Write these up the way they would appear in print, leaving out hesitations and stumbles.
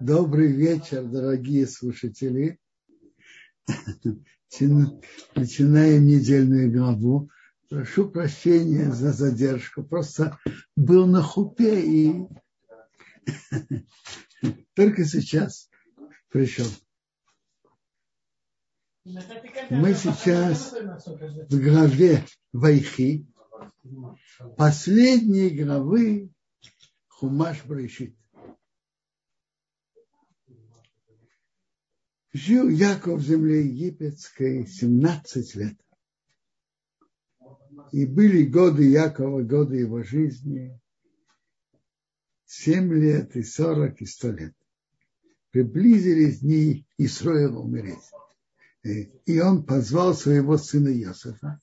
Добрый вечер, дорогие слушатели. Начинаем недельную главу. Прошу прощения за задержку. Просто был на хупе и только сейчас пришел. Мы сейчас в главе Вайхи, последней главы Хумаш Брешит. Жил Яков в земле египетской 17 лет. И были годы Якова, годы его жизни, 7 лет, и 40, и 100 лет. Приблизились дни Исроила умереть. И он позвал своего сына Иосифа.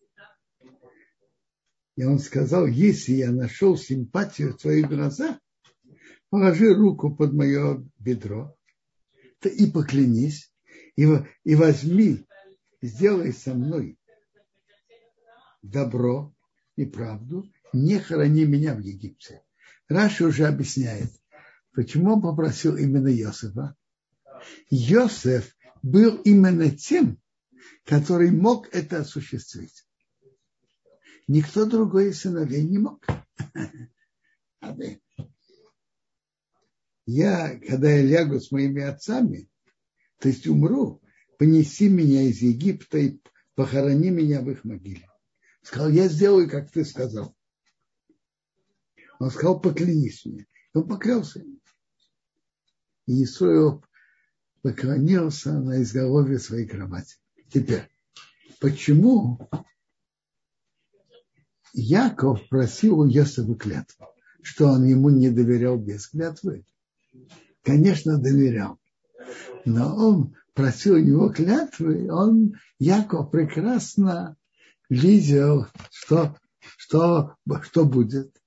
И он сказал: если я нашел симпатию в твоих глазах, положи руку под мое бедро и поклянись, и возьми, сделай со мной добро и правду, не храни меня в Египте. Раши уже объясняет, почему он попросил именно Иосифа. Иосиф был именно тем, который мог это осуществить. Никто другой из сыновей не мог. Когда я лягу с моими отцами, то есть умру, понеси меня из Египта и похорони меня в их могиле. Сказал: я сделаю, как ты сказал. Он сказал: поклянись мне. Он поклялся. И Исроил поклонился на изголовье своей кровати. Теперь, почему Яков просил у Иосифа клятву? Что он ему не доверял без клятвы? Конечно, доверял. Но он просил у него клятвы, Яков прекрасно видел, что будет.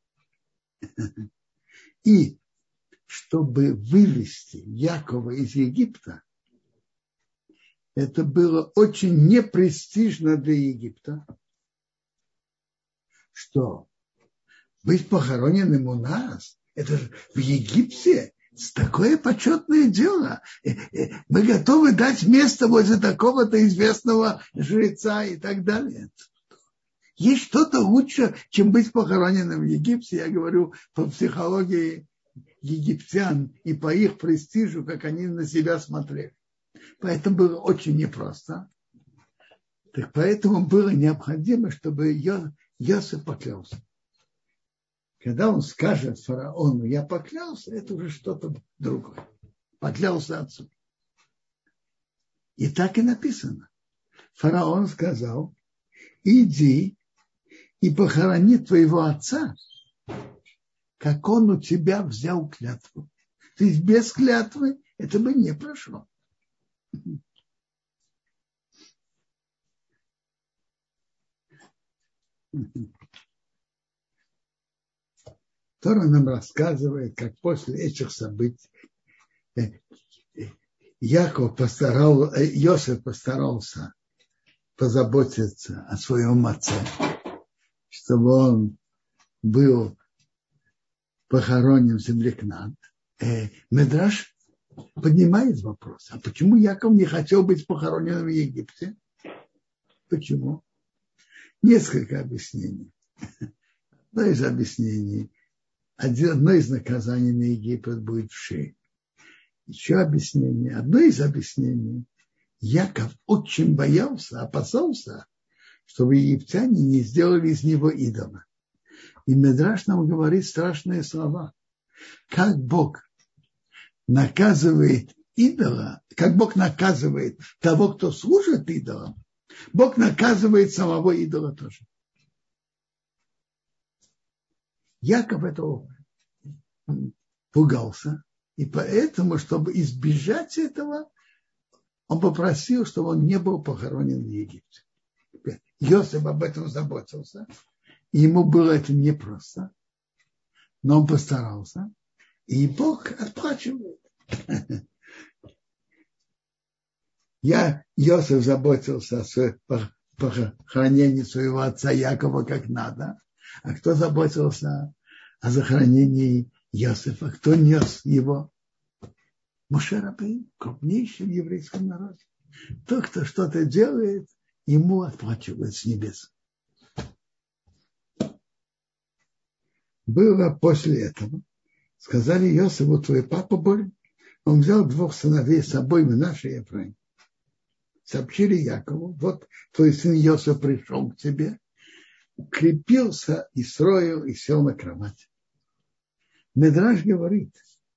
И чтобы вывести Якова из Египта, это было очень непрестижно для Египта, что быть похороненным у нас, это же в Египте такое почетное дело. Мы готовы дать место возле такого-то известного жреца и так далее. Есть что-то лучше, чем быть похороненным в Египте. Я говорю по психологии египтян и по их престижу, как они на себя смотрели. Поэтому было очень непросто. Так поэтому было необходимо, чтобы Иосиф поклялся. Когда он скажет фараону: я поклялся, это уже что-то другое. Поклялся отцу. И так и написано. Фараон сказал: иди и похорони твоего отца, как он у тебя взял клятву. То есть без клятвы это бы не прошло. Тора нам рассказывает, как после этих событий Иосиф постарался позаботиться о своем отце, чтобы он был похоронен в земле Кнаан. Мидраш поднимает вопрос: а почему Яков не хотел быть похоронен в Египте? Почему? Несколько объяснений. Одно из объяснений: одно из наказаний на Египет будет в шее. Еще объяснение. Одно из объяснений: Яков очень боялся, опасался, чтобы египтяне не сделали из него идола. И Мидраш нам говорит страшные слова. Как Бог наказывает идола, как Бог наказывает того, кто служит идолам, Бог наказывает самого идола тоже. Яков этого пугался, и поэтому, чтобы избежать этого, он попросил, чтобы он не был похоронен в Египте. Иосиф об этом заботился, и ему было это непросто, но он постарался, и Бог отплачивает. Иосиф заботился о похоронении своего отца Якова как надо, а кто заботился о захоронении Иосифа? Кто нес его? Моше Рабейну, крупнейший в еврейском народе. Тот, кто что-то делает, ему отплачивают с небес. Было после этого. Сказали Йосифу: твой папа болен. Он взял 2 сыновей с собой, Менаше и Ефраим. Сообщили Якову: вот твой сын Йосиф пришел к тебе, укрепился и строил, и сел на кровать. Медраш говорит,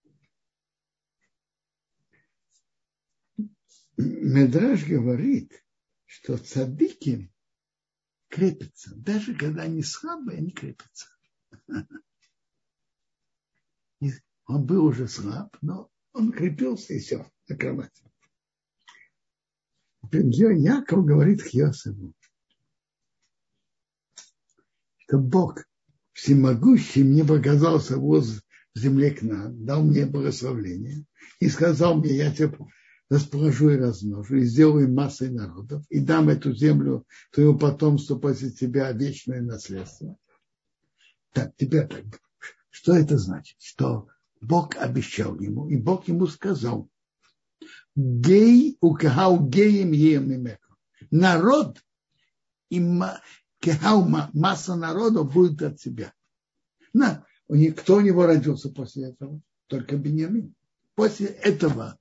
что цадыки крепятся. Даже когда они слабые, они крепятся. Он был уже слаб, но он крепился и сел на кровати. Яков говорит к Йосифу, что Бог всемогущий мне показался в земле Кнаан, дал мне благословение и сказал мне: я тебя расположу и размножу, и сделаю массой народов, и дам эту землю твоему потомству после тебя вечное наследство. Так, теперь так. Что это значит? Что Бог обещал ему, и Бог ему сказал: гей укахау геем еемимеку. Народ и масса народа будет от тебя. Кто у него родился после этого? Только Биньямин. После этого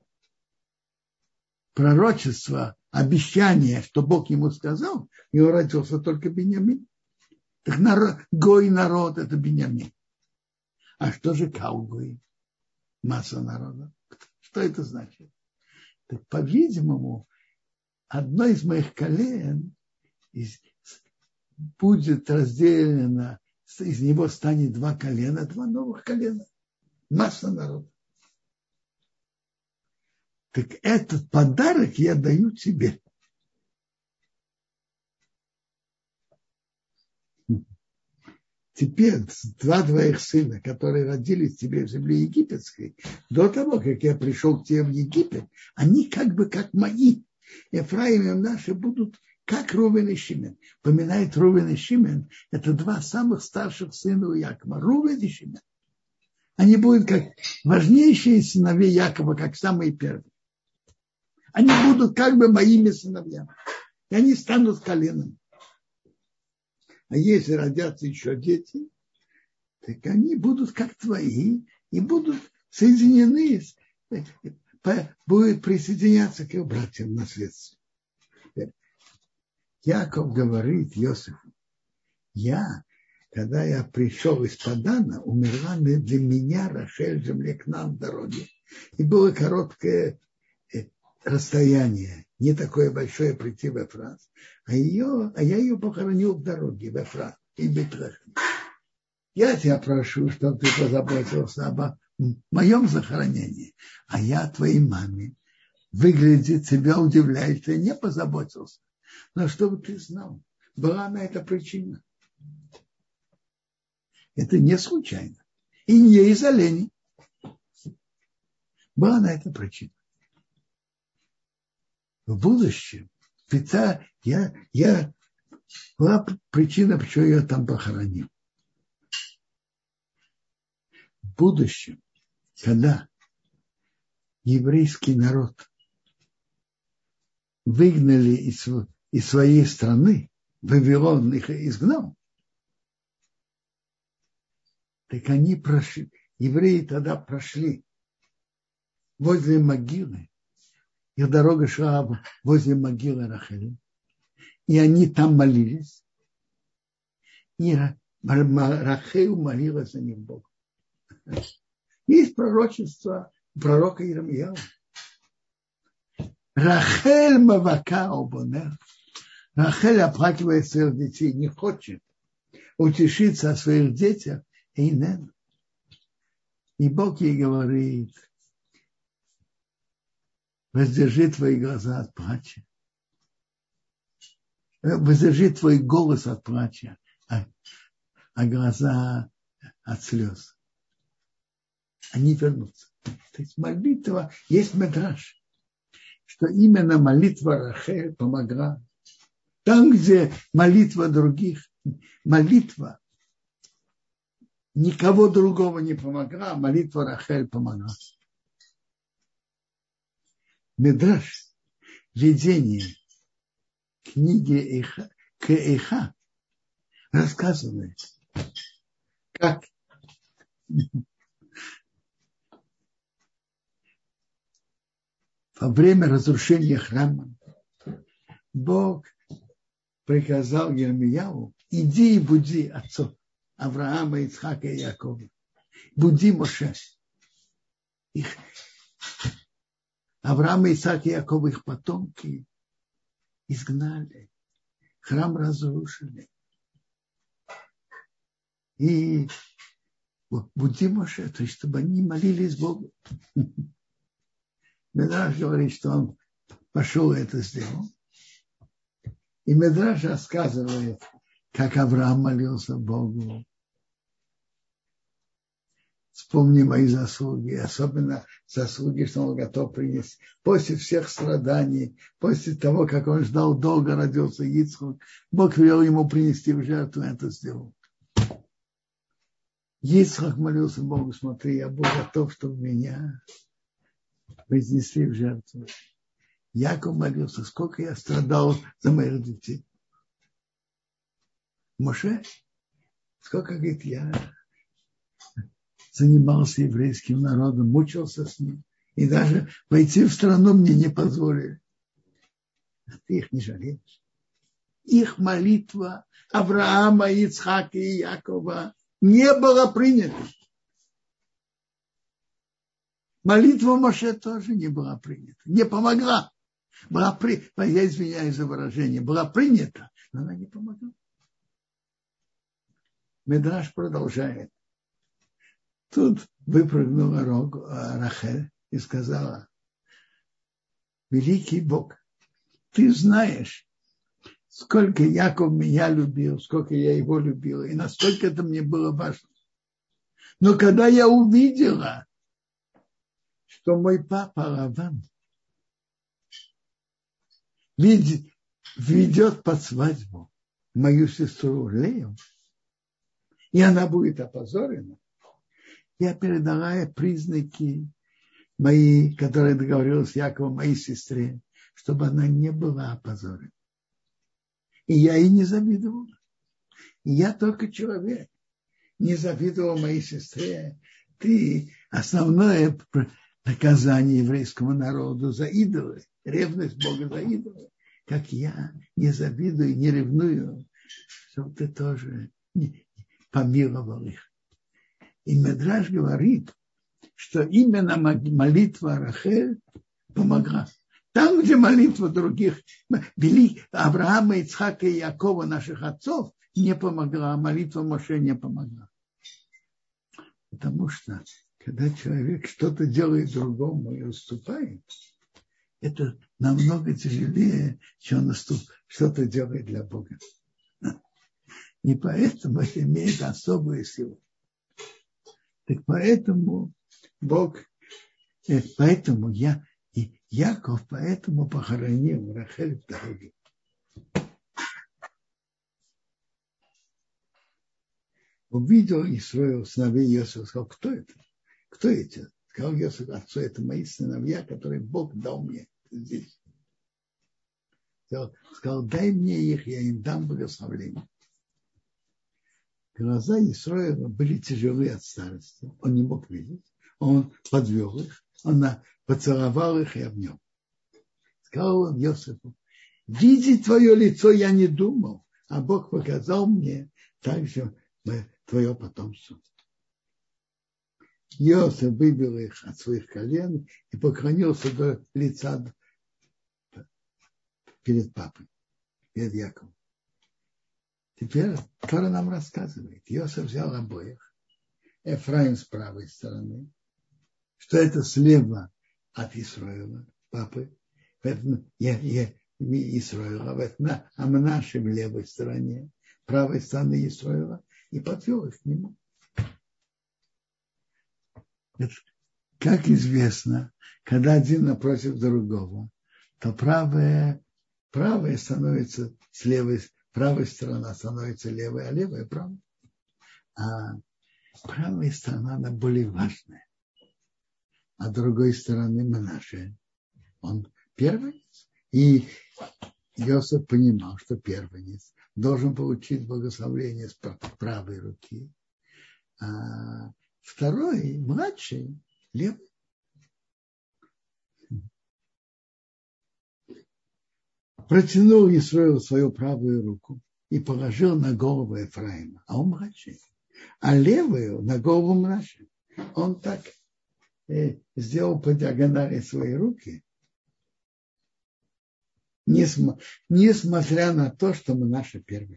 пророчества, обещания, что Бог ему сказал, у него родился только Биньямин. Так гой народ – это Биньямин. А что же каугой? Масса народа. Что это значит? Так, по-видимому, одно из моих колен будет разделено, из него станет 2 колена, 2 новых колена. Масса народа. Так этот подарок я даю тебе. Теперь 2 твоих сына, которые родились тебе в земле египетской, до того, как я пришел к тебе в Египет, они как бы как мои. Ефраим и Менаше будут как Рувен и Шимен. Поминает Рувен и Шимен, это 2 самых старших сына у Якова. Рувен и Шимен. Они будут как важнейшие сыновья Якова, как самые первые. Они будут как бы моими сыновьями. И они станут коленами. А если родятся еще дети, так они будут как твои и будут соединены, будут присоединяться к их братьям в наследстве. Яков говорит Йосифу: когда я пришел из Падана, умерла для меня Рахель в земле Кнаан в дороге. И было короткое расстояние, не такое большое прийти в Эфрат, а я ее похоронил в дороге в Эфрат и Бетлехем. Я тебя прошу, чтобы ты позаботился об моем захоронении, а я твоей маме. Выглядит, тебя удивляет, что я не позаботился. Но чтобы ты знал, была на это причина. Это не случайно. И не из оленей. Была на это причина. В будущем была причина, почему я там похоронил. В будущем, когда еврейский народ выгнали из своей страны, Вавилон их изгнал, так они прошли, евреи тогда прошли возле могилы, их дорога шла возле могилы Рахели, и они там молились, и Рахель молилась за них Богу. Есть пророчество пророка Иеремьяу. Рахель мавака обонер. Рахель оплакивает своих детей, не хочет утешиться о своих детях, и Бог ей говорит: воздержи твои глаза от плача, воздержи твой голос от плача, а глаза от слез. Они вернутся. То есть молитва, есть медраш, что именно молитва Рахель помогла. Там, где молитва других, молитва никого другого не помогла, молитва Рахель помогла. Мидраш, видение книги Кеиха рассказывает, как во время разрушения храма Бог приказал Ермияу: иди и буди отцов Авраама, Ицхака и Якова. Буди Моше. Их Авраам, Ицхак и Яков, их потомки изгнали. Храм разрушили. И буди Моше, то есть чтобы они молились Богу. Медраш говорит, что он пошел и это сделал. И Медраш рассказывает, как Авраам молился Богу. Вспомни мои заслуги, особенно заслуги, что он готов принести. После всех страданий, после того, как он ждал долго, родился Ицхак, Бог велел ему принести в жертву, это сделал. Ицхак молился Богу: смотри, я был готов, чтобы меня вознесли в жертву. Яков молился: сколько я страдал за моих детей. Моше, сколько, говорит, я занимался еврейским народом, мучился с ним. И даже войти в страну мне не позволили. А ты их не жалеешь. Их молитва Авраама, Ицхака и Якова не была принята. Молитва Моше тоже не была принята. Не помогла. Я извиняюсь за выражение. Была принята, но она не помогла. Медраш продолжает. Тут выпрыгнула Рахель и сказала: великий Бог, ты знаешь, сколько Яков меня любил, сколько я его любила, и насколько это мне было важно. Но когда я увидела, что мой папа Лаван ведет под свадьбу мою сестру Лею, и она будет опозорена, я передала ей признаки мои, которые договорилась с Яковом, моей сестре, чтобы она не была опозорена. И я ей не завидовала. И я только человек. Не завидовал моей сестре. Ты основное наказание еврейскому народу за идолы, ревность Бога за идолы. Как я не завидую, не ревную, чтобы ты тоже помиловал их. И Медраш говорит, что именно молитва Рахель помогла. Там, где молитва других, Авраама, Ицхака и Якова, наших отцов, не помогла, а молитва Моше не помогла. Потому что, когда человек что-то делает другому и уступает, это намного тяжелее, чем он что-то делает для Бога. И поэтому это имеет особую силу. Так поэтому Бог, поэтому Яков поэтому похоронил Рахель в дороге. Увидел Исраил сыновей Иосифа, сказал: кто это? Кто эти? Сказал Иосиф отцу: это мои сыновья, которые Бог дал мне здесь. Сказал: дай мне их, я им дам благословение. Глаза Исраила были тяжелые от старости. Он не мог видеть. Он подвел их, он поцеловал их и обнял. Сказал он Иосифу: видеть твое лицо я не думал, а Бог показал мне также твое потомство. Иосиф выбил их от своих колен и поклонился до лица перед папой, перед Яковом. Теперь Тора нам рассказывает. Иосиф взял обоих. Эфраим с правой стороны, что это слева от Исраила, папы, Исраила, а Мнаше в левой стороне, правой стороны Исраила, и подвел их к нему. Как известно, когда один напротив другого, то правая становится с левой, правая сторона становится левой, а левая правой. А правая сторона, она более важная. А с другой стороны Мнаше, Он первенец. И Иосиф понимал, что первенец должен получить благословение с правой руки, а второй, младший, левый. Протянул Исроил свою правую руку и положил на голову Ефраима, а он младший, а левую на голову Мнаше. Он так сделал по диагонали свои руки, несмотря на то, что Мнаше первенец.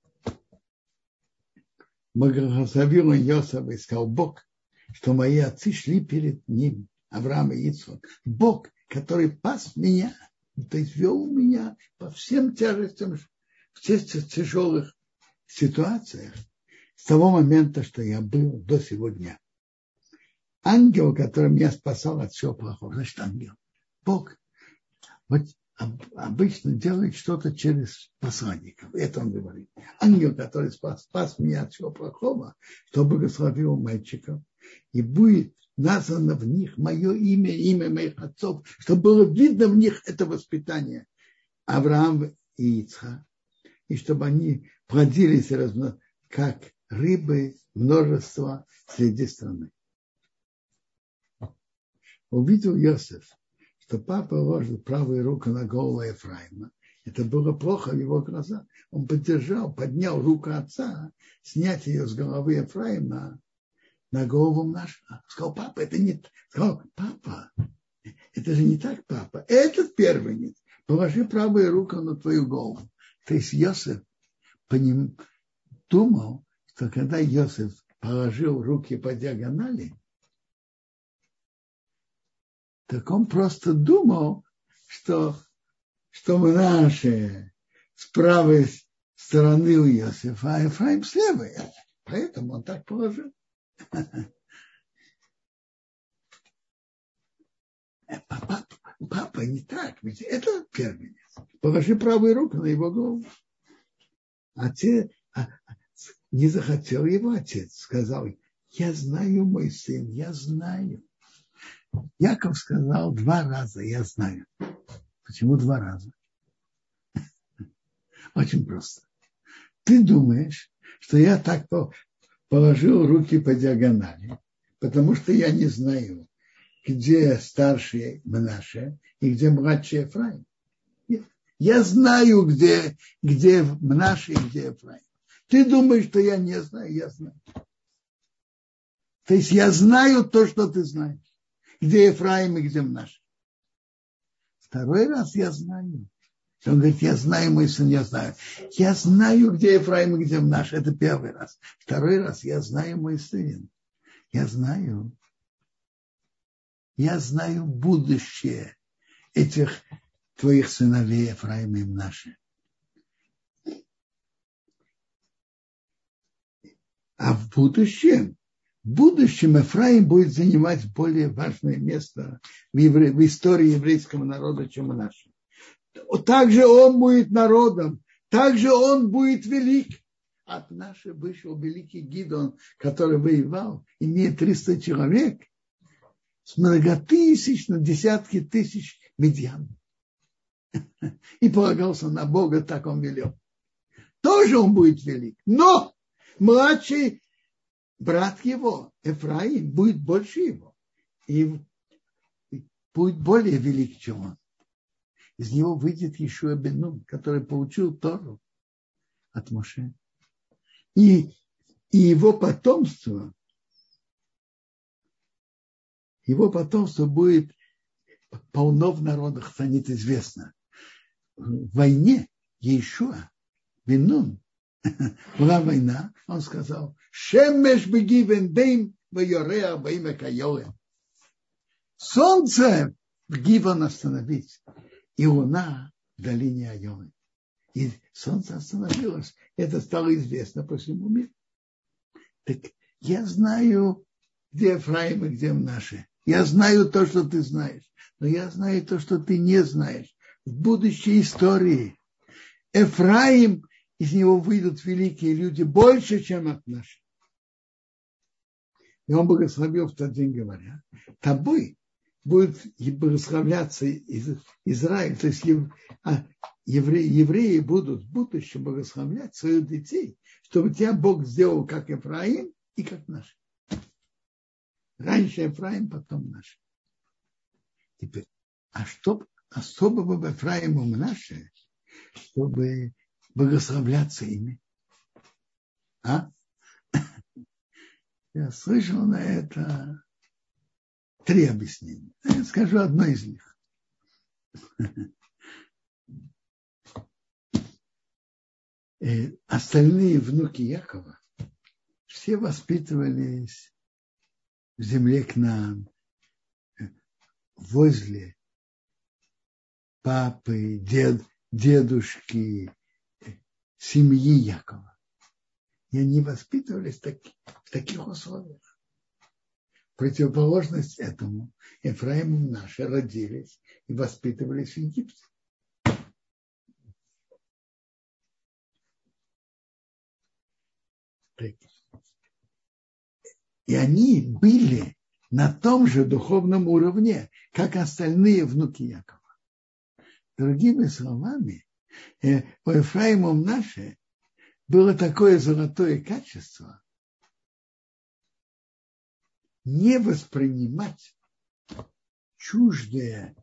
Благословил он Йосефа и сказал: Бог, что мои отцы шли перед ним, Авраам и Ицхак. Бог, который пас меня, то есть вел меня по всем тяжестям, в тех тяжелых ситуациях, с того момента, что я был до сего дня. Ангел, который меня спасал от всего плохого, значит, ангел. Бог вот обычно делает что-то через посланников. Это он говорит. Ангел, который спас меня от всего плохого, что благословил мальчиков, и будет названо в них мое имя, имя моих отцов, чтобы было видно в них это воспитание Авраам и Ицхак, и чтобы они плодились, как рыбы, множество среди страны. Увидел Йосеф, что папа ложит правую руку на голову Ефраима. Это было плохо в его глазах. Он поднял руку отца, снять ее с головы Ефраима на голову Мнаше. Сказал: папа, это не... Сказал: папа, это же не так, папа. Этот первенец. Положи правую руку на твою голову. То есть Йосеф по ним думал, что когда Йосеф положил руки по диагонали, так он просто думал, что Мнаше с правой стороны у Йосефа, а Ефраим с левой. Поэтому он так положил. Папа, не так, ведь это первенец. Положи правую руку на его голову. Не захотел его отец, сказал: я знаю, мой сын, я знаю. Яков сказал 2 раза: я знаю. Почему 2 раза? Очень просто. Ты думаешь, что я так положил руки по диагонали, потому что я не знаю, где старший Мнаше и где младший Ефраим. Нет. Я знаю, где Мнаше и где Ефраим. Ты думаешь, что я не знаю? Я знаю. То есть я знаю то, что ты знаешь. Где Ефраим и где Мнаше. Второй раз я знаю. Он говорит: я знаю, мой сын, я знаю. Я знаю, где Ефраим и где Мнаше. Это первый раз. Второй раз: я знаю, мой сын. Я знаю. Я знаю будущее этих твоих сыновей Ефраима и Мнаше. А в будущем Ефраим будет занимать более важное место в истории еврейского народа, чем Мнаше. Также он будет народом, также он будет велик. От Мнаше вышел великий Гидеон, который воевал, имея 300 человек, с многотысячно, десятки тысяч медьян. И полагался на Бога, так он велел. Тоже он будет велик. Но младший брат его, Ефраим, будет больше его. И будет более велик, чем он. Из него выйдет Йешуа бен Нун, который получил Тору от Моше. И его потомство будет полно в народах, станет известно. В войне Йешуа бен Нун, была война, он сказал: «Шемеш бегивен дейм вайореа ваимя кайолем». Солнце в Гивон остановить, и луна в долине Айолы. И солнце остановилось. Это стало известно по всему миру. Так я знаю, где Ефраим и где Мнаше. Я знаю то, что ты знаешь. Но я знаю то, что ты не знаешь. В будущей истории Ефраим, из него выйдут великие люди больше, чем от Мнаше. И он благословил в тот день, говоря: тобой будет благословляться Израиль, то есть евреи будут в будущем благословлять своих детей, чтобы тебя Бог сделал как Ефраим и как наш. Раньше Ефраим, потом наш. Теперь, а что особого в Ефраимом наше, чтобы благословляться ими? А? Я слышал на это 3 объяснения. Я скажу одно из них. Остальные внуки Якова все воспитывались в земле Кнаан, возле папы, дедушки, семьи Якова. И они воспитывались в таких условиях. Противоположность этому Ефраиму наши родились и воспитывались в Египте. И они были на том же духовном уровне, как остальные внуки Якова. Другими словами, у Ефраима наше было такое золотое качество не воспринимать чуждое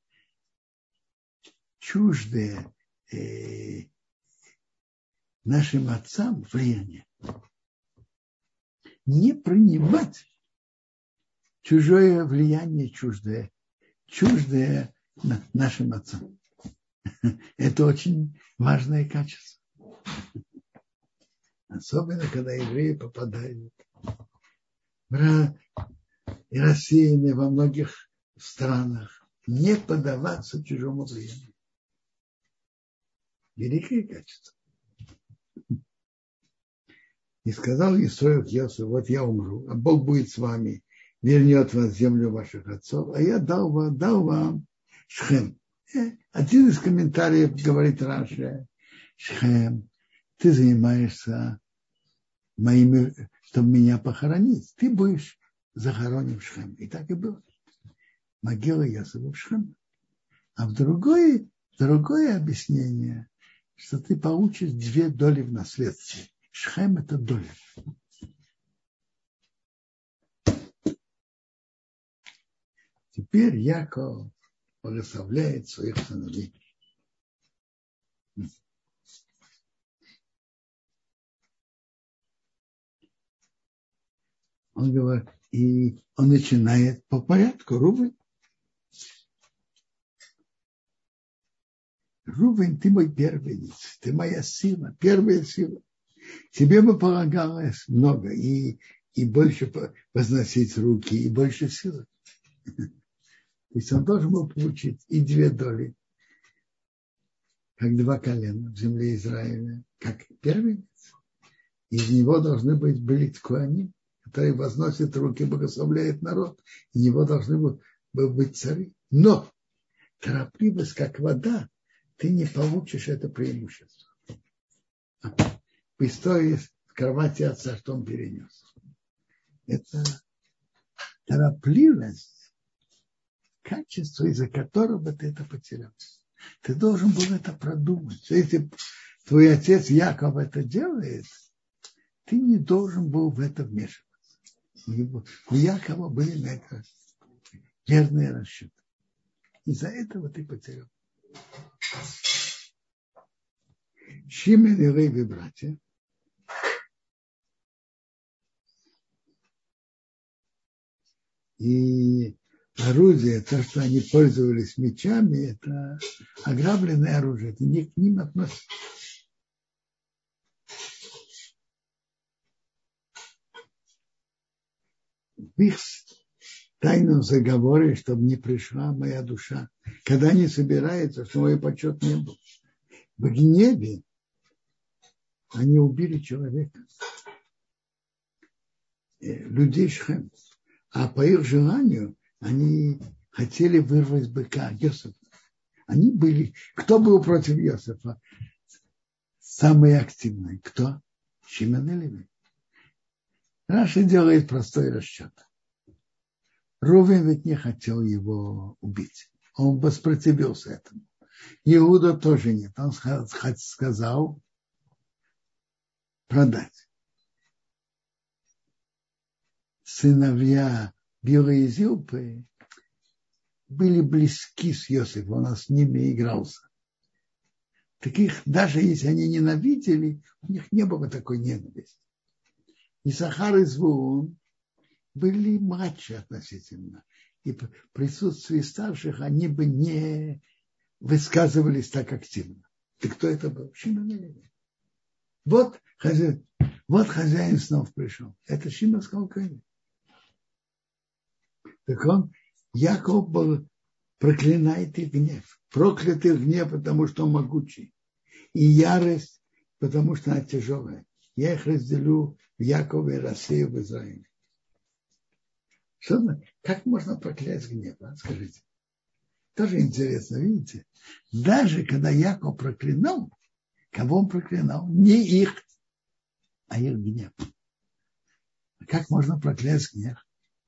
нашим отцам влияние. Не принимать чужое влияние, чуждое нашим отцам. Это очень важное качество. Особенно, когда евреи попадают и рассеяны во многих странах. Не поддаваться чужому влиянию. Великое качество. И сказал Исроил к Йосефу: вот я умру, а Бог будет с вами, вернет вас в землю ваших отцов, а я дал вам Шхем. Один из комментариев говорит Раши: Шхем, ты занимаешься моими, чтобы меня похоронить. Ты будешь захоронен в Шхем. И так и было. Могила Йосефа в Шхем. А в другое объяснение, что ты получишь 2 доли в наследстве. Шхем – это доля. Теперь Яков благословляет своих сыновей. Он говорит, и он начинает по порядку. Рувен, ты мой первенец, ты моя сила, первая сила. Тебе бы полагалось много и больше возносить руки, и больше силы. То есть он должен был получить и 2 доли, как 2 колена в земле Израиля, как первенец. Из него должны были коани, которые возносят руки, благословляют народ. Из него должны быть цари. Но торопливость, как вода, ты не получишь это преимущество. В истории в кровати отца, что он перенес. Это торопливость, качество, из-за которого ты это потерял. Ты должен был это продумать. Если твой отец Яков это делает, ты не должен был в это вмешиваться. У Якова были на это верные расчеты. Из-за этого ты потерял. Шимон и Леви братья и орудие, то, что они пользовались мечами, это ограбленное оружие, это не к ним относится. В их тайном заговоре, чтобы не пришла моя душа, когда они собираются, что мой почет не был. В гневе они убили человека, людей Шхем, а по их желанию они хотели вырвать быка Йосефа. Они были, кто был против Йосефа? Самый активный. Кто? Шимон и Леви. Раши делает простой расчет. Рувен ведь не хотел его убить. Он воспротивился этому. Иуда тоже нет. Он сказал продать. Сыновья Била и Зилпы были близки с Йосифом, он с ними игрался. Таких, даже если они ненавидели, у них не было такой ненависти. И Сахар и Звуон были младше относительно. И в присутствии старших они бы не высказывались так активно. И кто это был? Шимон и Леви. Вот хозяин снова пришел. Это Шимон сказал Коэн. Так он, Яков был, проклинает их гнев. Проклят их гнев, потому что он могучий. И ярость, потому что она тяжелая. Я их разделю в Якове и рассею в Израиле. Как можно проклять гнев? Скажите. Тоже интересно, видите? Даже когда Яков проклинал, кого он проклинал? Не их, а их гнев. Как можно проклясть гнев?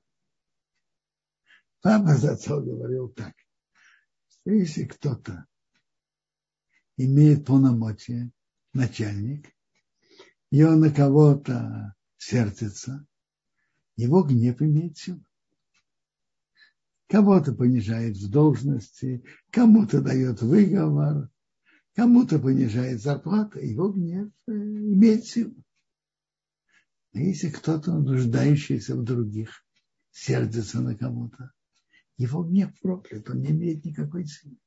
Папа Зацал говорил так. Если кто-то имеет полномочия, начальник, и он на кого-то сердится, его гнев имеет силу. Кого-то понижает в должности, кому-то дает выговор, кому-то понижает зарплату, его гнев имеет силу. А если кто-то, нуждающийся в других, сердится на кого-то, его гнев проклят, он не имеет никакой силы.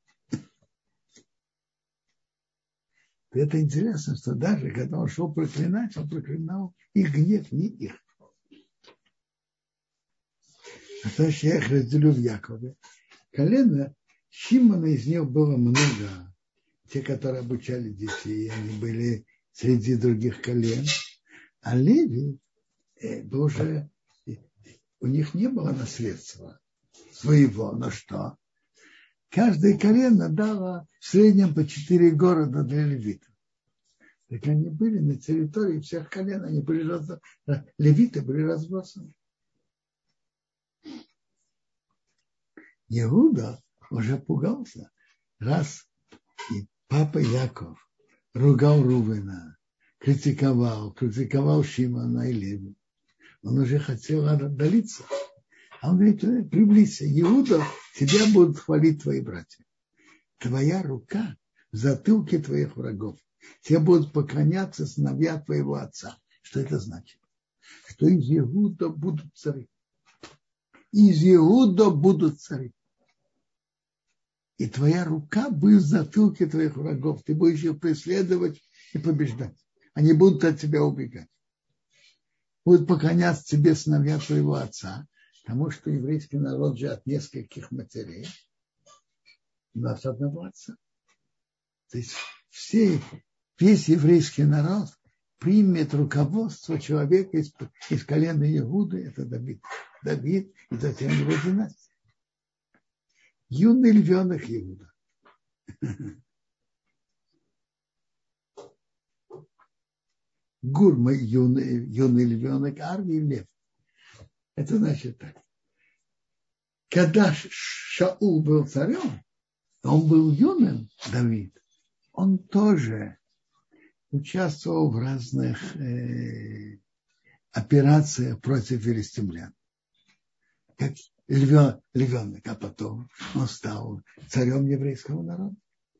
Это интересно, что даже когда он шел проклинать, он проклинал их гнев, не их. А то, что я их разделю в Якове. Колено Шимона, из них было много. Те, которые обучали детей, они были среди других колен. А Леви уже, у них не было наследства своего. Но что? Каждое колено дало в среднем по 4 города для левитов. Так они были на территории всех колен, они были левиты были разбросаны. Иуда уже пугался, раз и папа Яков ругал Рувена, критиковал Шимона и Леви. Он уже хотел отдалиться. А он говорит, приблизься, Иуда, тебя будут хвалить твои братья. Твоя рука в затылке твоих врагов. Тебе будут поклоняться сыновья твоего отца. Что это значит? Что из Иуда будут цари. Из Иуда будут цари. И твоя рука будет в затылке твоих врагов. Ты будешь их преследовать и побеждать. Они будут от тебя убегать. Будут поклоняться тебе сыновья твоего отца. Потому что еврейский народ же от нескольких матерей. У нас одного отца. То есть весь еврейский народ примет руководство человека из колена Иуды. Это Давид. Давид и затем его династия. Юный львенок Иуда. Гурма юный львенок, Арви лев. Это значит так. Когда Шаул был царем, он был юным, Давид, он тоже участвовал в разных операциях против филистимлян. Как львенок, а потом он стал царем еврейского народа.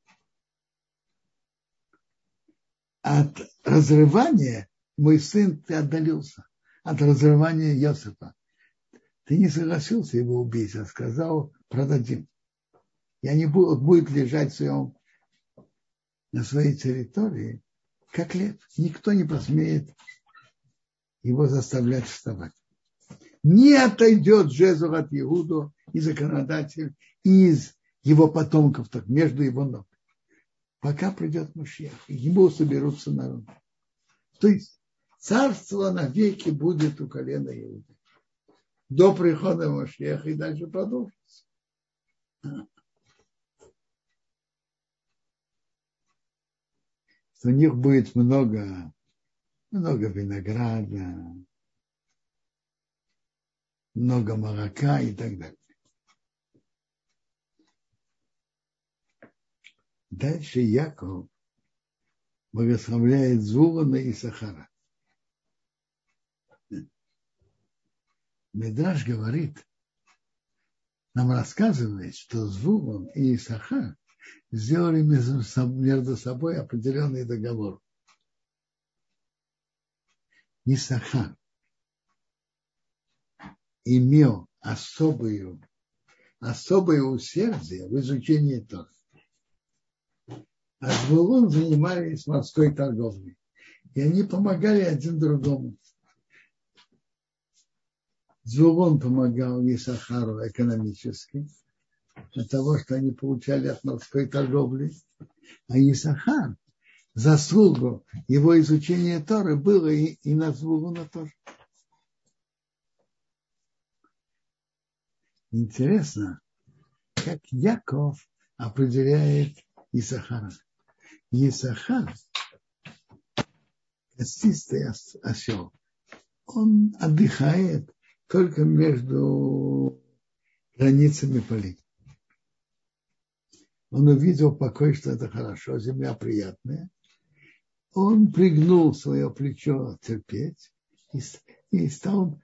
От разрывания, мой сын, ты отдалился. От разрывания Йосифа. Ты не согласился его убить, а сказал, продадим. И они будут лежать на своей территории, как лев. Никто не посмеет его заставлять вставать. Не отойдет жезл от Иуду и законодатель из его потомков, так между его ног. Пока придет Машиах, и ему соберутся народы. То есть царство навеки будет у колена Иуды. До прихода Машиаха и дальше продолжится. У них будет много винограда, много молока и так далее. Дальше Яков благословляет Звулуна и Исахара. Мидраш говорит, нам рассказывает, что Звулун и Исахар сделали между собой определенный договор. Исахар имел особое усердие в изучении Торы. А Звулун занимались морской торговлей. И они помогали один другому. Звулун помогал Исахару экономически, от того, что они получали от морской торговли. А Исахар, заслугу его изучения Торы было и на Звулуна тоже. Интересно, как Яков определяет Исахара. Исахар – костистый осел. Он отдыхает только между границами полей. Он увидел покой, что это хорошо, земля приятная. Он пригнул свое плечо терпеть и стал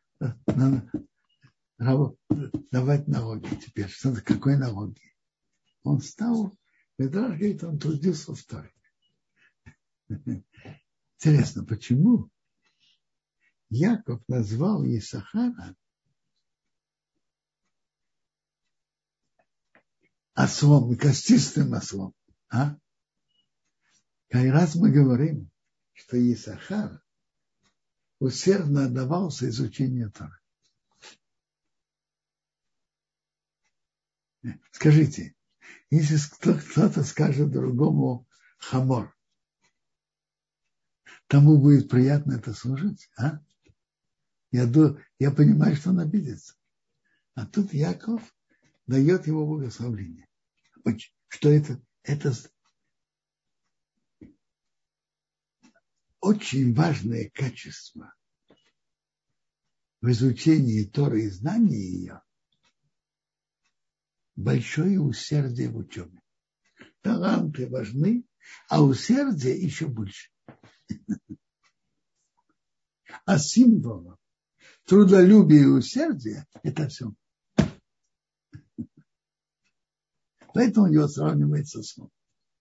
давать налоги. Теперь что-то, какой налоги? Он стал, Мидраш говорит, он трудился в Торе. Интересно, почему Яков назвал Исахара ослом, костистым ослом? А? Как раз мы говорим, что Исахар усердно отдавался изучению Торы. Скажите, если кто-то скажет другому хамор, тому будет приятно это служить, а? Я понимаю, что он обидится. А тут Яков дает его благословение. Что это? Это очень важное качество в изучении Торы и знании ее. Большое усердие в учебе. Таланты важны, а усердие еще больше. А символом трудолюбия и усердия – это все. Поэтому у него сравнивается с ним.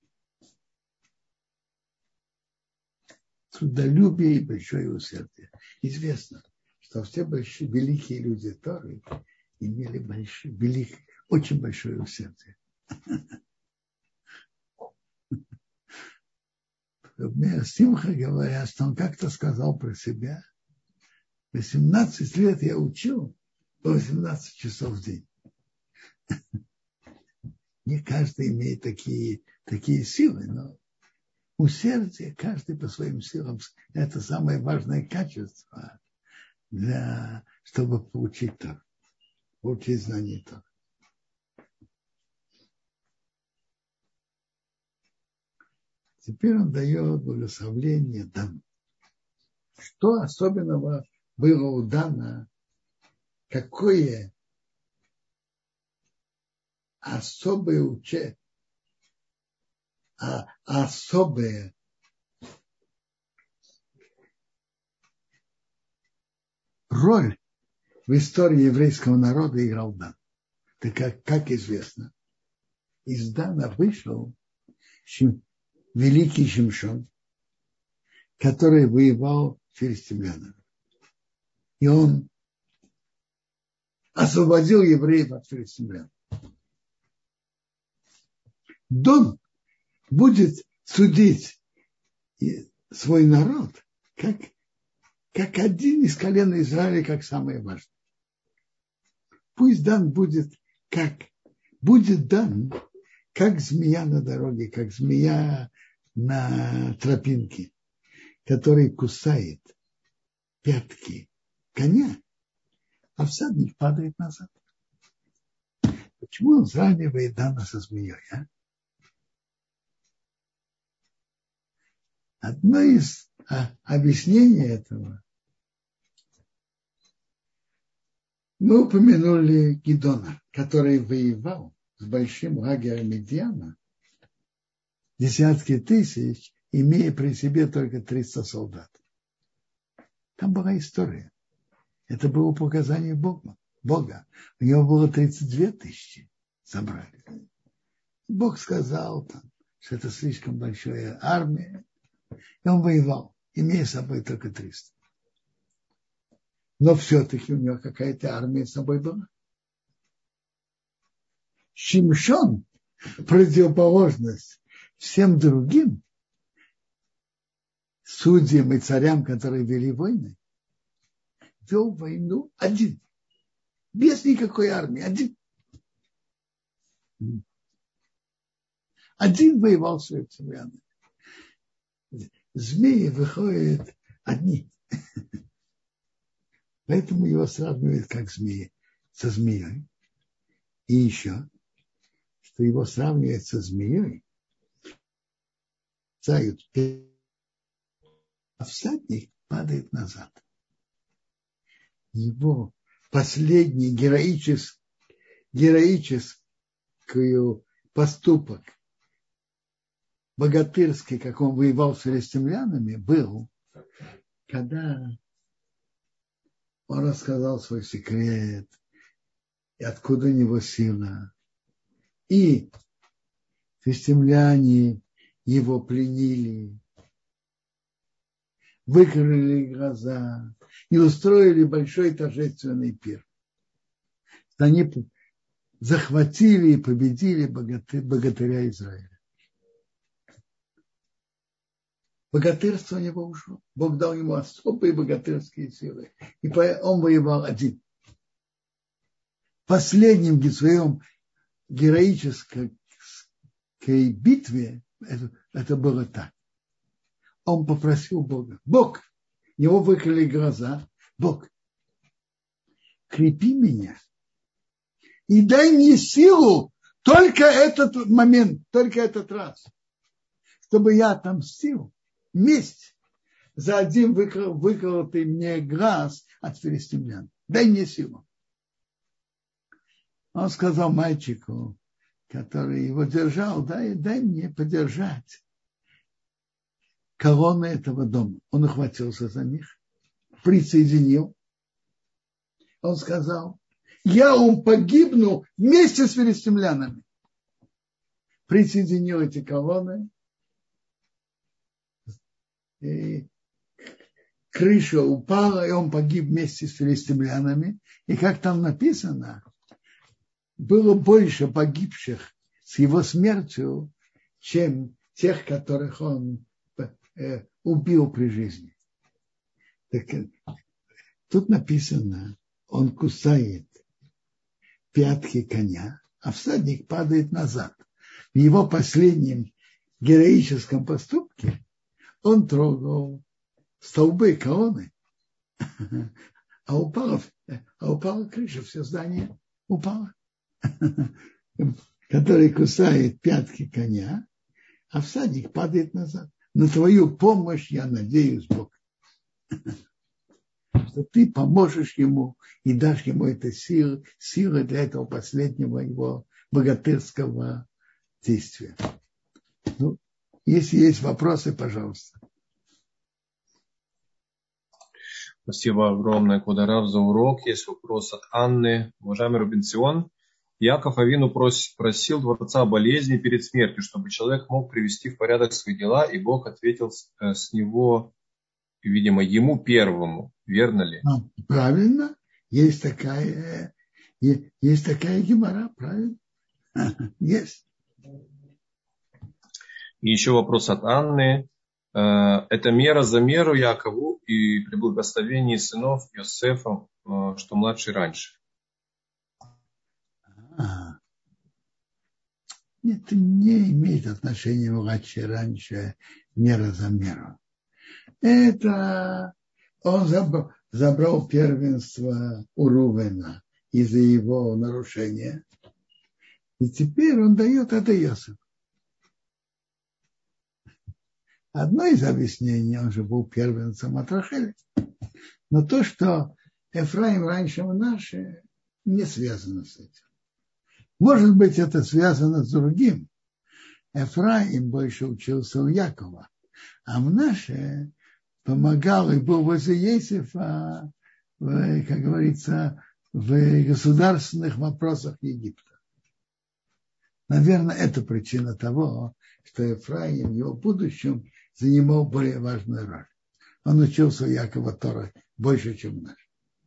Трудолюбие и большое усердие. Известно, что все большие, великие люди Торы имели очень большое усердие. Симха говорят, что он как-то сказал про себя: 18 лет я учил по 18 часов в день. Не каждый имеет такие силы, но усердие, каждый по своим силам, это самое важное качество, чтобы получить знание Торы. Теперь он дает благословение Дану. Что особенного было у Дана? Какое особое роль в истории еврейского народа играл Дан. Так как известно, из Дана вышел великий Шимшон, который воевал с филистимлянами. И он освободил евреев от филистимлян. Дон будет судить свой народ как один из колен Израиля, как самое важное. Пусть Дан будет дан, как змея на дороге, как змея на тропинке, который кусает пятки коня, а всадник падает назад. Почему он сравнивает Дана со змеей? Одно из объяснений этого Мы упомянули Гидона, который воевал с большим лагерем Медиана, десятки тысяч, имея при себе только 300 солдат. Там была история. Это было по указанию Бога. У него было 32 тысячи собрали. Бог сказал там, что это слишком большая армия. И он воевал, имея с собой только 300. Но все-таки у него какая-то армия с собой была. Шимшон, противоположность всем другим судьям и царям, которые вели войны, вел войну один. Без никакой армии. Один. Один воевал с царями. Змеи выходят одни. Поэтому его сравнивают как змеи, со змеей. И еще, что его сравнивают со змеей, а всадник падает назад. Его последний героический поступок, богатырский, как он воевал с филистимлянами, был, когда он рассказал свой секрет, и откуда у него сила. И филистимляне его пленили, выкрыли глаза и устроили большой торжественный пир. Они захватили и победили богатыря Израиля. Богатырство у него ушло. Бог дал ему особые богатырские силы. И он воевал один. В последнем своем героической битве это было так. Он попросил Бога. Бог, его выкрыли глаза. Бог, крепи меня и дай мне силу только этот момент, только этот раз, чтобы я отомстил месть за один выколотый мне глаз от филистимлян. Дай мне силу. Он сказал мальчику, который его держал, дай мне подержать колонны этого дома. Он ухватился за них, присоединил. Он сказал, я погибну вместе с филистимлянами. Присоединил эти колонны. И крыша упала, и он погиб вместе с филистимлянами. И как там написано, было больше погибших с его смертью, чем тех, которых он убил при жизни. Так, тут написано, он кусает пятки коня, а всадник падает назад. В его последнем героическом поступке он трогал столбы колонны, а упала крыша, все здание упало. Который кусает пятки коня, а всадник падает назад. На твою помощь я надеюсь, Бог, что ты поможешь ему и дашь ему эту силу для этого последнего его богатырского действия. Ну, если есть вопросы, пожалуйста. Спасибо огромное, Квадарав, за урок. Есть вопрос от Анны. Уважаемый Рабин Цион, Яков Авину просил Творца о болезни перед смертью, чтобы человек мог привести в порядок свои дела, и Бог ответил с него, видимо, ему первому. Верно ли? Правильно. Есть такая гемара, правильно? Есть. И еще вопрос от Анны. Это мера за меру Якову и при благословении сынов Йосефа, что младший раньше. Это не имеет отношения младший раньше, мера за меру. Это он забрал первенство у Рувена из-за его нарушения. И теперь он дает это Йосефу. Одно из объяснений, он же был первенцем от Рахели. Но то, что Эфраим раньше Манаше, не связано с этим. Может быть, это связано с другим. Эфраим больше учился у Якова, а Мнаше помогал и был возле Иосифа, как говорится, в государственных вопросах Египта. Наверное, это причина того, что Эфраим в его будущем занимал более важную роль. Он учился у Якова Тора больше, чем наш.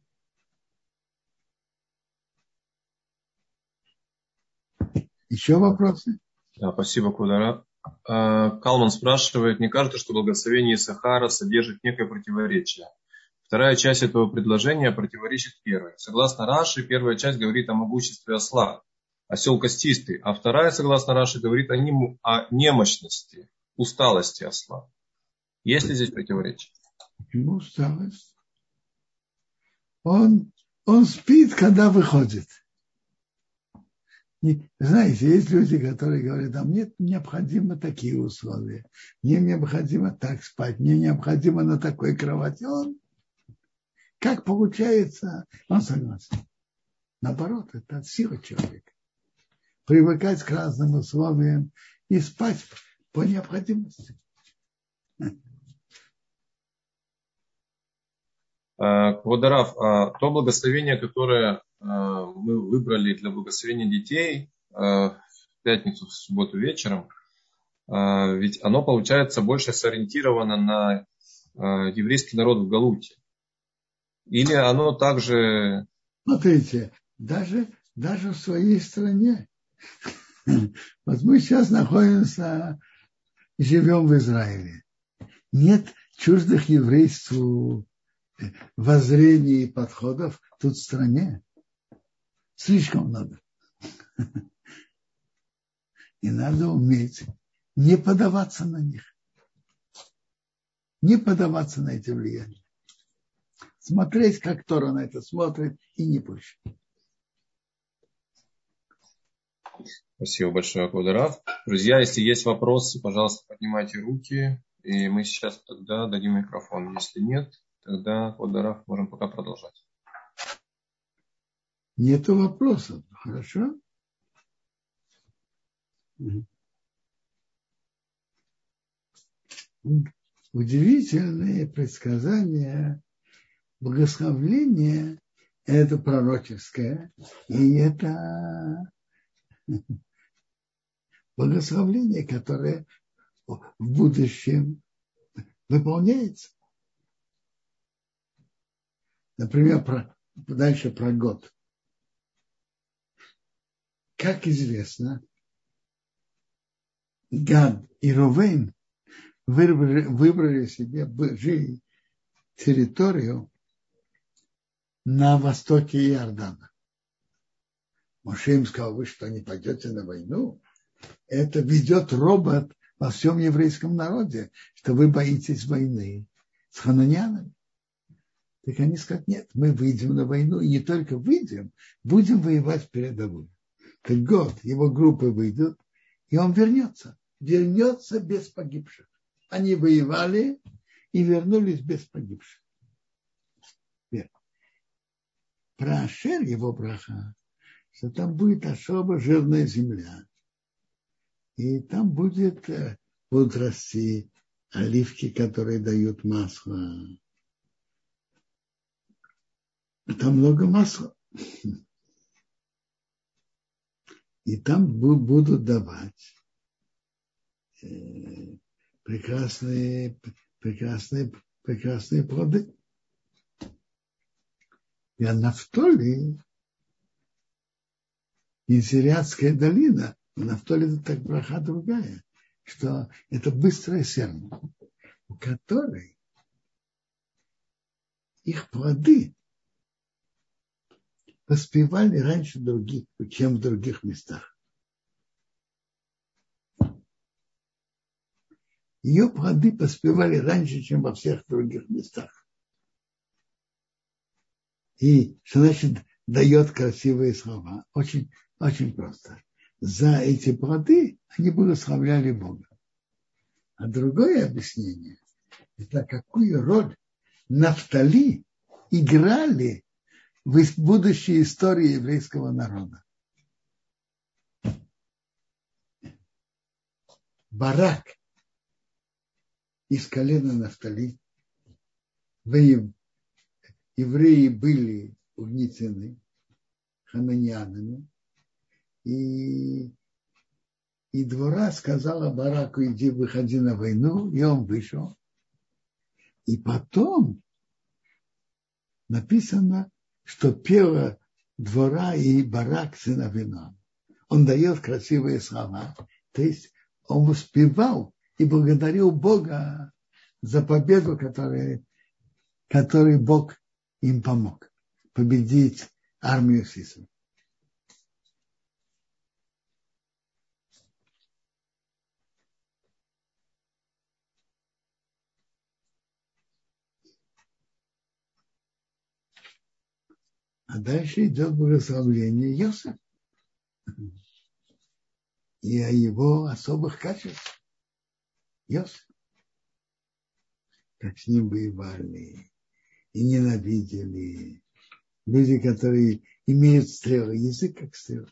Еще вопросы? Да, спасибо, Кводар Рав. Калман спрашивает, не кажется, что благословение Исахара содержит некое противоречие? Вторая часть этого предложения противоречит первой. Согласно Раши, первая часть говорит о могуществе осла, осел костистый, а вторая, согласно Раши, говорит о немощности, усталости осла. Есть ли здесь противоречие? Почему усталость? Он спит, когда выходит. Знаете, есть люди, которые говорят, а мне необходимо такие условия, мне необходимо так спать, мне необходимо на такой кровати. Он, как получается, он согласен. Наоборот, это сила человека. Привыкать к разным условиям и спать по необходимости. Кводар Рав, то благословение, которое мы выбрали для благословения детей в пятницу, в субботу вечером, ведь оно, получается, больше сориентировано на еврейский народ в Галуте. Или оно также... Смотрите, даже в своей стране. Вот мы сейчас находимся, живем в Израиле. Нет чуждых еврейству воззрений и подходов тут в стране. Слишком много. И надо уметь не поддаваться на них. Не поддаваться на эти влияния. Смотреть, как Тора на это смотрит, и не больше. Спасибо большое, Кводар Рав. Друзья, если есть вопросы, пожалуйста, поднимайте руки, и мы сейчас тогда дадим микрофон. Если нет, тогда, Кводар Рав, можем пока продолжать. Нету вопросов. Хорошо? Удивительные предсказания, благословление – это пророческое, и это благословление, которое в будущем выполняется. Например, дальше про год. Как известно, Гад и Рувейн выбрали себе жить территорию на востоке Иордана. Моше им сказал, вы что, не пойдете на войну? Это ведет робот во всем еврейском народе, что вы боитесь войны с хананянами. Так они скажут, нет, мы выйдем на войну, и не только выйдем, будем воевать в передовую. Так год, его группы выйдут, и он вернется без погибших. Они воевали и вернулись без погибших. Про Ашер его браха, что там будет особо жирная земля. И там будут расти оливки, которые дают масло. Там много масла. И там будут давать прекрасные плоды. И Нафтоли, Инсириатская долина, Нафтоли это так браха другая, что это быстрая серна, у которой их плоды поспевали раньше других, чем в других местах. Ее плоды поспевали раньше, чем во всех других местах. И что значит дает красивые слова? Очень, очень просто. За эти плоды они благословляли Бога. А другое объяснение – это какую роль Нафтали играли в будущей истории еврейского народа. Барак из колена Нафтали. Евреи были угнетены хананьянами. И Двора сказала Бараку: иди, выходи на войну. И он вышел. И потом написано, что пела Двора и Барак сын Авинам. Он дает красивые слова. То есть он воспевал и благодарил Бога за победу, который Бог им помог победить армию Сису. А дальше идет благословление Йосефа и о его особых качествах. Йосеф, как с ним воевали и ненавидели. Люди, которые имеют стрелы, язык как стрелы.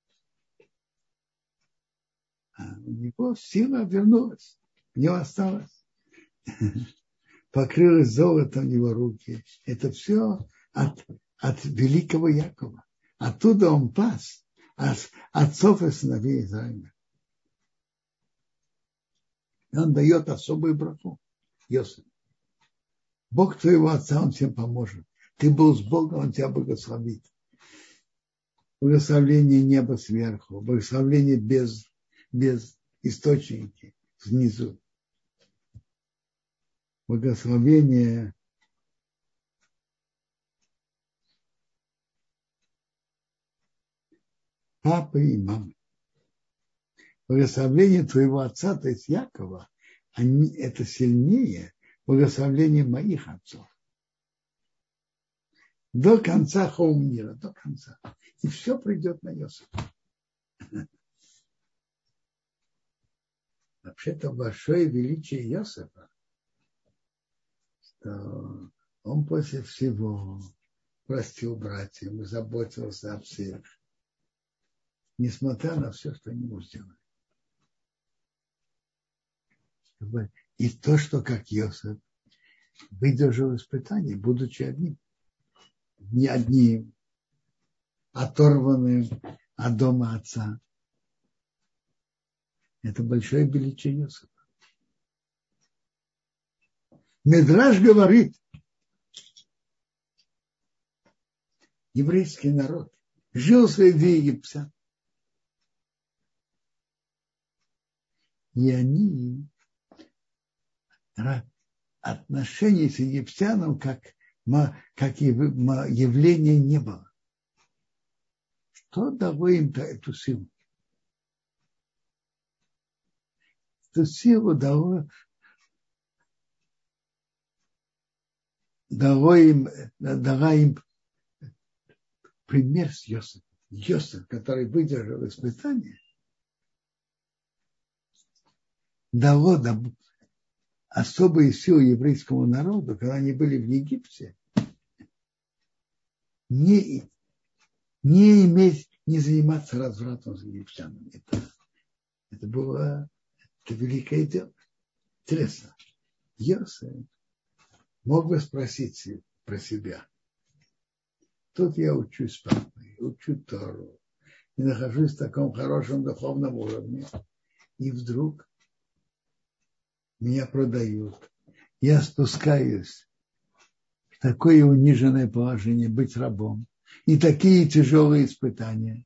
А у него сила вернулась, у него осталось. Покрылось золотом его руки. Это все от великого Якова. Оттуда он пас отцов и сыновей Израиля. И он дает особую браху. Йосеф. Бог твоего отца, он всем поможет. Ты был с Богом, он тебя благословит. Благословение неба сверху, благословение без источники внизу. Благословение папы и мамы. Благословение твоего отца, то есть Якова, это сильнее благословения моих отцов. До конца мира, до конца. И все придет на Йосефа. Вообще-то большое величие Йосефа, что он после всего простил братьям и заботился о всех, несмотря на все, что они ему сделали. И то, что как Йосеф выдержал испытание, будучи не одним, оторванным от дома отца. Это большое величие Йосефа. Мидраш говорит, еврейский народ жил среди египтян. И они отношения с египтянам как явление не было. Что дало им эту силу? Эту силу дала им пример с Йосефом. Йосеф, который выдержал испытание, дало особые силы еврейскому народу, когда они были в Египте, не заниматься развратом с египтянами. Это было великое дело. Интересно. Йосеф мог бы спросить про себя. Тут я учусь с папой, учу Тору, и нахожусь в таком хорошем духовном уровне, и вдруг меня продают. Я спускаюсь в такое униженное положение, быть рабом. И такие тяжелые испытания.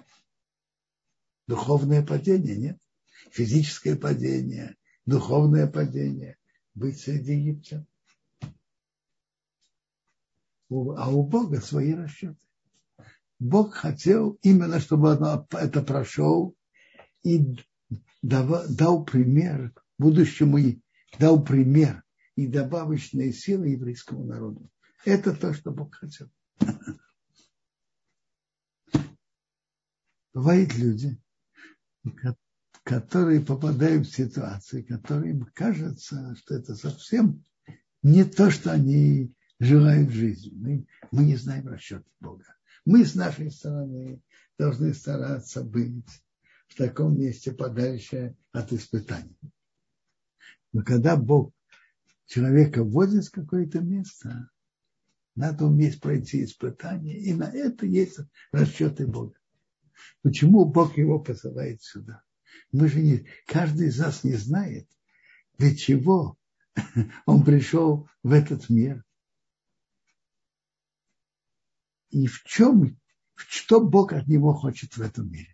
Духовное падение, нет? Физическое падение, духовное падение. Быть среди египтян. А у Бога свои расчеты. Бог хотел именно, чтобы это прошел и дал пример будущему, дал пример и добавочные силы еврейскому народу. Это то, что Бог хотел. Бывают люди, которые попадают в ситуации, которые им кажется, что это совсем не то, что они желают жизни. Мы не знаем расчет Бога. Мы с нашей стороны должны стараться быть в таком месте подальше от испытаний. Но когда Бог человека вводит в какое-то место, надо уметь пройти испытания, и на это есть расчеты Бога. Почему Бог его посылает сюда? Каждый из нас не знает, для чего он пришел в этот мир. И что Бог от него хочет в этом мире.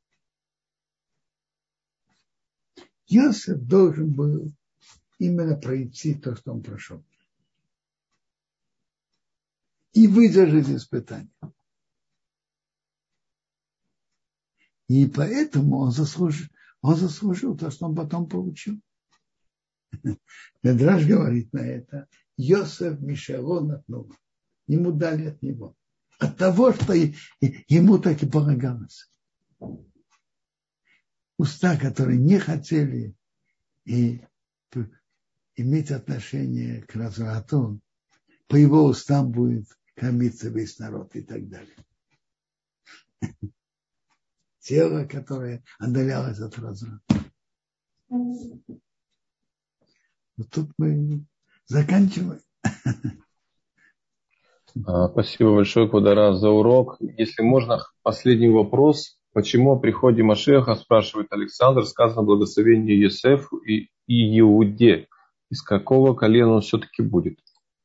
Иосиф должен был именно пройти то, что он прошел. И выдержать испытания. И поэтому он заслужил то, что он потом получил. Медраш говорит на это: Йосеф Мишелон от Нума. Ему дали от него. От того, что ему так и полагалось. Уста, которые не хотели иметь отношение к разврату, по его устам будет кормиться весь народ и так далее. Тело, которое отдалялось от разврата. Вот тут мы заканчиваем. Спасибо большое, Квадарав, за урок. Если можно, последний вопрос. Почему о приходе Машиаха, спрашивает Александр, сказано благословение Йосефу и Иуде? Из какого колена он все-таки будет?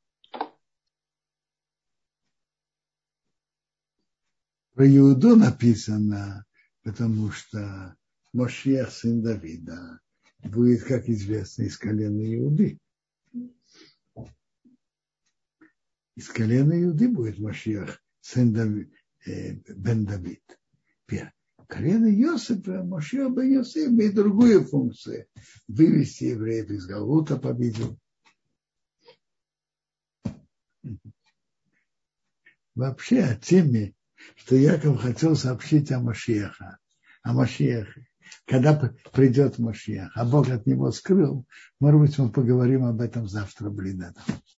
Про Иуду написано, потому что Машиах, сын Давида, будет, как известно, из колена Иуды. Из колена Иуды будет Машиах, сын бен Давид. Колено Йосифа, Машиах бен Йосиф имеет другую функцию. Вывести евреев из Галута, по-видимому. Вообще о теме, что Яков хотел сообщить о Машиахе, когда придет Машиах, а Бог от него скрыл, может быть, мы поговорим об этом завтра, блин.